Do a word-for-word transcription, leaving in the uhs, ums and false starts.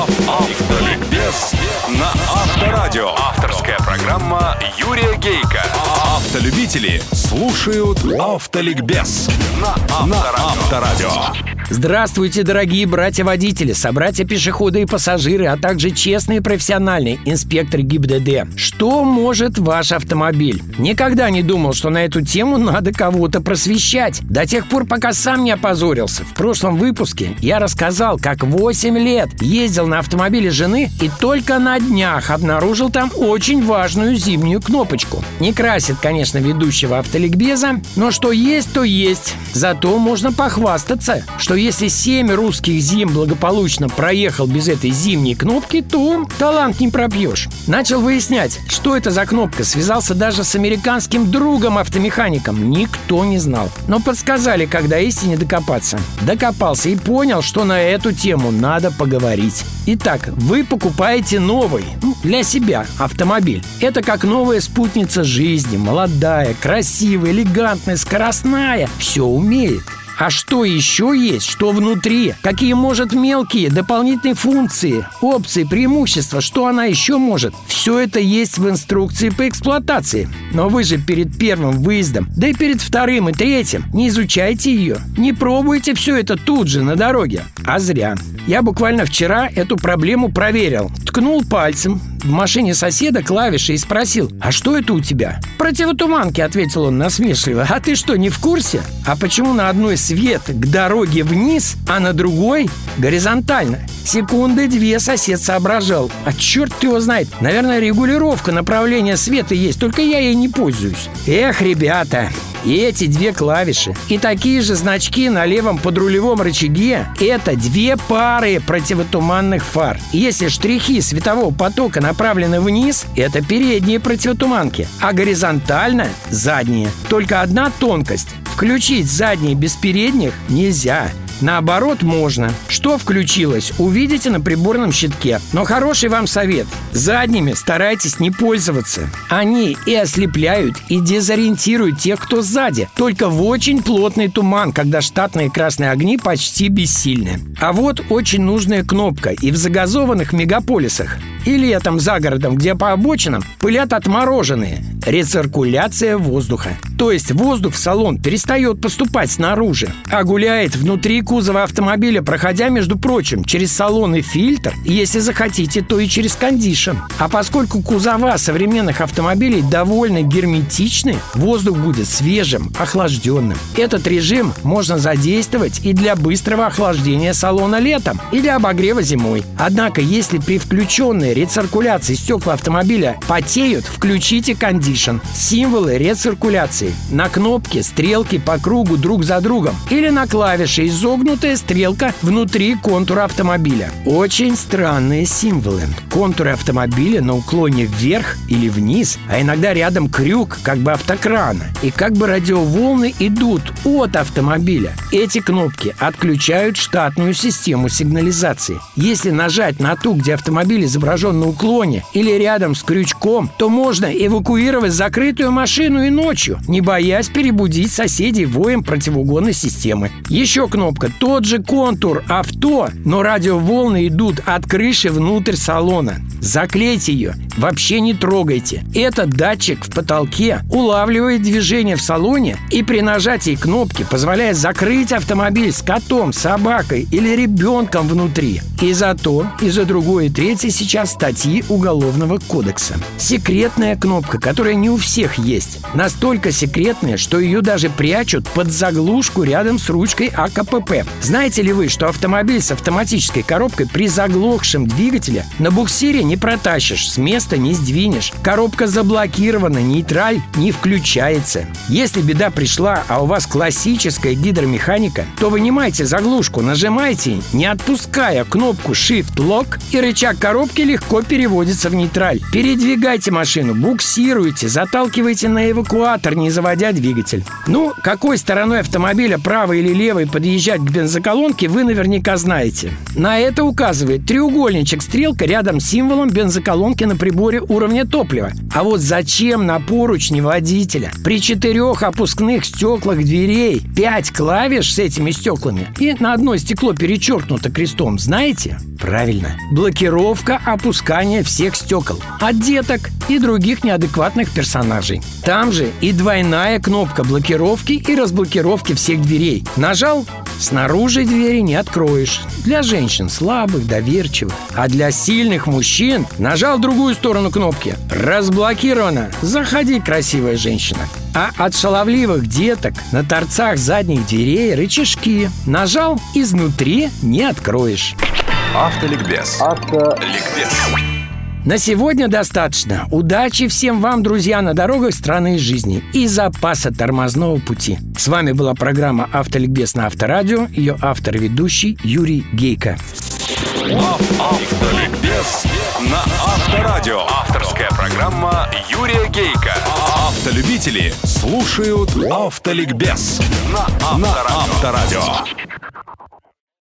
Автоликбез на Авторадио. Авторская программа Юрия Гейка. Автолюбители слушают Автоликбез на Авторадио. Здравствуйте, дорогие братья-водители, собратья-пешеходы и пассажиры, а также честные профессиональные инспекторы ГИБДД. Что может ваш автомобиль? Никогда не думал, что на эту тему надо кого-то просвещать. До тех пор, пока сам не опозорился. В прошлом выпуске я рассказал, как восемь лет ездил на автомобиле жены и только на днях обнаружил там очень важную зимнюю кнопочку. Не красит, конечно, ведущего автоликбеза, но что есть, то есть. Зато можно похвастаться, что если семь русских зим благополучно проехал без этой зимней кнопки, то талант не пропьешь. Начал выяснять, что это за кнопка. Связался даже с американским другом-автомехаником. Никто не знал. Но подсказали, когда истине докопаться. Докопался и понял, что на эту тему надо поговорить. Итак, вы покупаете новый, ну, для себя автомобиль. Это как новая спутница жизни. Молодая, красивая, элегантная, скоростная. Все умеет. А что еще есть? Что внутри? Какие, может, мелкие дополнительные функции, опции, преимущества? Что она еще может? Все это есть в инструкции по эксплуатации. Но вы же перед первым выездом, да и перед вторым и третьим не изучайте ее. Не пробуйте все это тут же на дороге. А зря. Я буквально вчера эту проблему проверил. Ткнул пальцем в машине соседа клавиши и спросил: «А что это у тебя?» «Противотуманки», — ответил он насмешливо. «А ты что, не в курсе? А почему на одной свет к дороге вниз, а на другой горизонтально?» Секунды две сосед соображал. А черт его знает, наверное, регулировка направления света есть, только я ей не пользуюсь. Эх, ребята, и эти две клавиши, и такие же значки на левом подрулевом рычаге — это две пары противотуманных фар. Если штрихи светового потока направлены вниз, это передние противотуманки, а горизонтально — задние. Только одна тонкость: включить задние без передних нельзя. Наоборот, можно. Что включилось, увидите на приборном щитке. Но хороший вам совет: задними старайтесь не пользоваться. Они и ослепляют, и дезориентируют тех, кто сзади. Только в очень плотный туман, когда штатные красные огни почти бессильны. А вот очень нужная кнопка и в загазованных мегаполисах. И летом за городом, где по обочинам пылят отмороженные. Рециркуляция воздуха. То есть воздух в салон перестает поступать снаружи, а гуляет внутри кузова автомобиля, проходя, между прочим, через салон и фильтр, если захотите, то и через кондишн. А поскольку кузова современных автомобилей довольно герметичны, воздух будет свежим, охлажденным. Этот режим можно задействовать и для быстрого охлаждения салона летом, и для обогрева зимой. Однако, если при включенной рециркуляции стекла автомобиля потеют, включите кондишн. Символы рециркуляции: на кнопке стрелки по кругу друг за другом, или на клавише изогнутая стрелка внутри контура автомобиля. Очень странные символы. Контуры автомобиля на уклоне вверх или вниз, а иногда рядом крюк, как бы автокрана. И как бы радиоволны идут от автомобиля. Эти кнопки отключают штатную систему сигнализации. Если нажать на ту, где автомобиль изображен на уклоне или рядом с крючком, то можно эвакуировать закрытую машину и ночью, не боясь перебудить соседей воем противоугонной системы. Еще кнопка: тот же контур авто, но радиоволны идут от крыши внутрь салона. Заклейте ее, вообще не трогайте. Этот датчик в потолке улавливает движение в салоне и при нажатии кнопки позволяет закрыть автомобиль с котом, собакой или ребенком внутри. И за то, и за другое, и третье сейчас статьи Уголовного кодекса. Секретная кнопка, которая не у всех есть. Настолько секретная, что ее даже прячут под заглушку рядом с ручкой а ка пэ пэ. Знаете ли вы, что автомобиль с автоматической коробкой при заглохшем двигателе на буксире не протащишь, с места не сдвинешь. Коробка заблокирована, нейтраль не включается. Если беда пришла, а у вас классическая гидромеханика, то вынимайте заглушку, нажимайте, не отпуская кнопку Shift Lock, и рычаг коробки легко переводится в нейтраль. Передвигайте машину, буксируйте, заталкивайте на эвакуатор, не заводя двигатель. Ну, какой стороной автомобиля, правой или левой, подъезжать к бензоколонке, вы наверняка знаете. На это указывает треугольничек-стрелка рядом с символом бензоколонки на приборе уровня топлива. А вот зачем на поручни водителя при четырех опускных стеклах дверей пять клавиш с этими стеклами и на одно стекло перечеркнуто крестом, знаете? Правильно. Блокировка опускания всех стекол от деток и других неадекватных персонажей. Там же и двойная кнопка блокировки и разблокировки всех дверей. Нажал — снаружи двери не откроешь. Для женщин слабых, доверчивых. А для сильных мужчин нажал другую сторону кнопки. Разблокировано. Заходи, красивая женщина. А от шаловливых деток на торцах задних дверей рычажки. Нажал — изнутри не откроешь. Автоликбез. Автоликбез. На сегодня достаточно. Удачи всем вам, друзья, на дорогах страны и жизни и запаса тормозного пути. С вами была программа «Автоликбез» на Авторадио. Ее автор и ведущий Юрий Гейко. Автоликбез на Авторадио. Авторская программа Юрия Гейко. Автолюбители слушают Автоликбез на Авторадио.